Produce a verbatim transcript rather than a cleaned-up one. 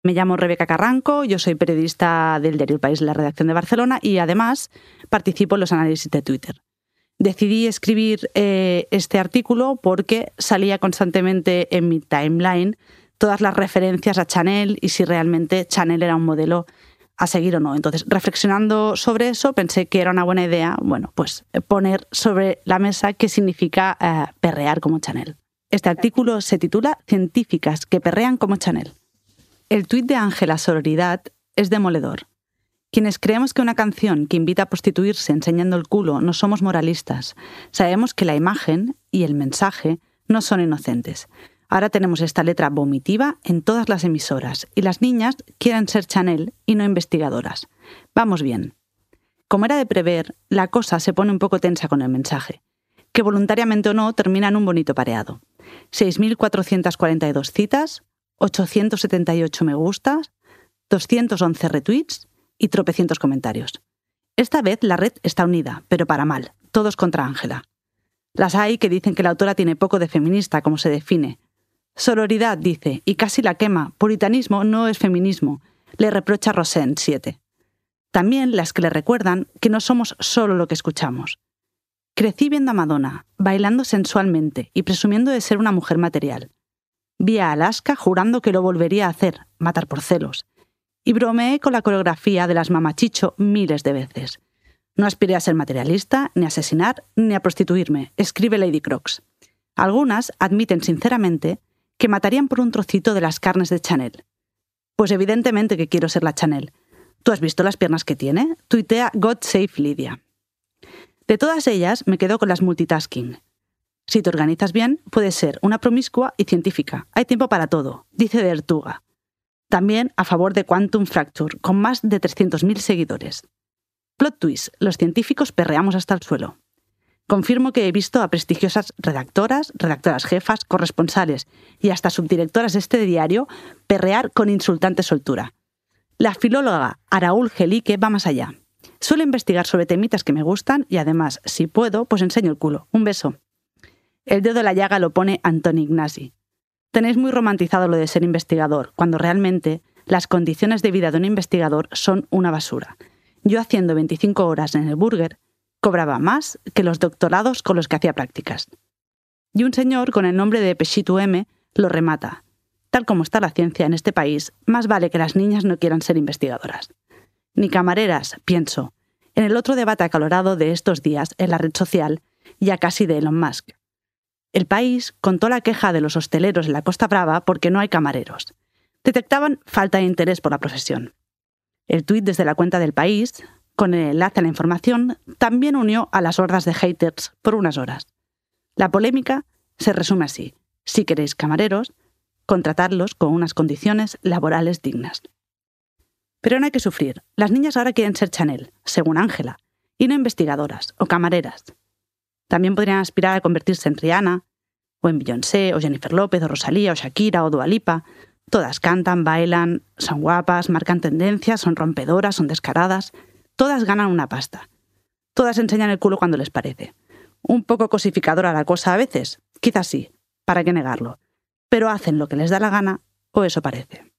Me llamo Rebeca Carranco, yo soy periodista del diario El País, la redacción de Barcelona, y además participo en los análisis de Twitter. Decidí escribir eh, este artículo porque salía constantemente en mi timeline todas las referencias a Chanel y si realmente Chanel era un modelo a seguir o no. Entonces, reflexionando sobre eso, pensé que era una buena idea, bueno, pues poner sobre la mesa qué significa eh, perrear como Chanel. Este artículo se titula Científicas que perrean como Chanel. El tuit de Ángela Sororidad es demoledor. Quienes creemos que una canción que invita a prostituirse enseñando el culo no somos moralistas, sabemos que la imagen y el mensaje no son inocentes. Ahora tenemos esta letra vomitiva en todas las emisoras y las niñas quieren ser Chanel y no investigadoras. Vamos bien. Como era de prever, la cosa se pone un poco tensa con el mensaje, que voluntariamente o no termina en un bonito pareado. seis mil cuatrocientas cuarenta y dos citas, ochocientos setenta y ocho me gustas, doscientos once retweets y tropecientos comentarios. Esta vez la red está unida, pero para mal, todos contra Ángela. Las hay que dicen que la autora tiene poco de feminista, como se define. Sororidad dice, y casi la quema, puritanismo no es feminismo, le reprocha Rosen siete. También las que le recuerdan que no somos solo lo que escuchamos. Crecí viendo a Madonna, bailando sensualmente y presumiendo de ser una mujer material. Vi a Alaska jurando que lo volvería a hacer, matar por celos. Y bromeé con la coreografía de las mamachicho miles de veces. No aspiré a ser materialista, ni a asesinar, ni a prostituirme, escribe Lady Crocs. Algunas admiten sinceramente que matarían por un trocito de las carnes de Chanel. Pues evidentemente que quiero ser la Chanel. ¿Tú has visto las piernas que tiene? Tuitea God Save Lydia. De todas ellas me quedo con las multitasking. Si te organizas bien, puedes ser una promiscua y científica. Hay tiempo para todo, dice de Ertuga. También a favor de Quantum Fracture, con más de trescientos mil seguidores. Plot twist, los científicos perreamos hasta el suelo. Confirmo que he visto a prestigiosas redactoras, redactoras jefas, corresponsales y hasta subdirectoras de este diario perrear con insultante soltura. La filóloga Araúl Gelique va más allá. Suelo investigar sobre temitas que me gustan y además, si puedo, pues enseño el culo. Un beso. El dedo de la llaga lo pone Antoni Ignasi. Tenéis muy romantizado lo de ser investigador, cuando realmente las condiciones de vida de un investigador son una basura. Yo haciendo veinticinco horas en el Burger cobraba más que los doctorados con los que hacía prácticas. Y un señor con el nombre de Peshitu M lo remata. Tal como está la ciencia en este país, más vale que las niñas no quieran ser investigadoras. Ni camareras, pienso, en el otro debate acalorado de estos días en la red social, ya casi de Elon Musk. El País contó la queja de los hosteleros en la Costa Brava porque no hay camareros. Detectaban falta de interés por la profesión. El tuit desde la cuenta del País, con el enlace a la información, también unió a las hordas de haters por unas horas. La polémica se resume así. Si queréis camareros, contratarlos con unas condiciones laborales dignas. Pero no hay que sufrir. Las niñas ahora quieren ser Chanel, según Ángela, y no investigadoras o camareras. También podrían aspirar a convertirse en Rihanna, o en Beyoncé, o Jennifer López, o Rosalía, o Shakira, o Dua Lipa. Todas cantan, bailan, son guapas, marcan tendencias, son rompedoras, son descaradas. Todas ganan una pasta. Todas enseñan el culo cuando les parece. Un poco cosificadora la cosa a veces, quizás sí, para qué negarlo. Pero hacen lo que les da la gana, o eso parece.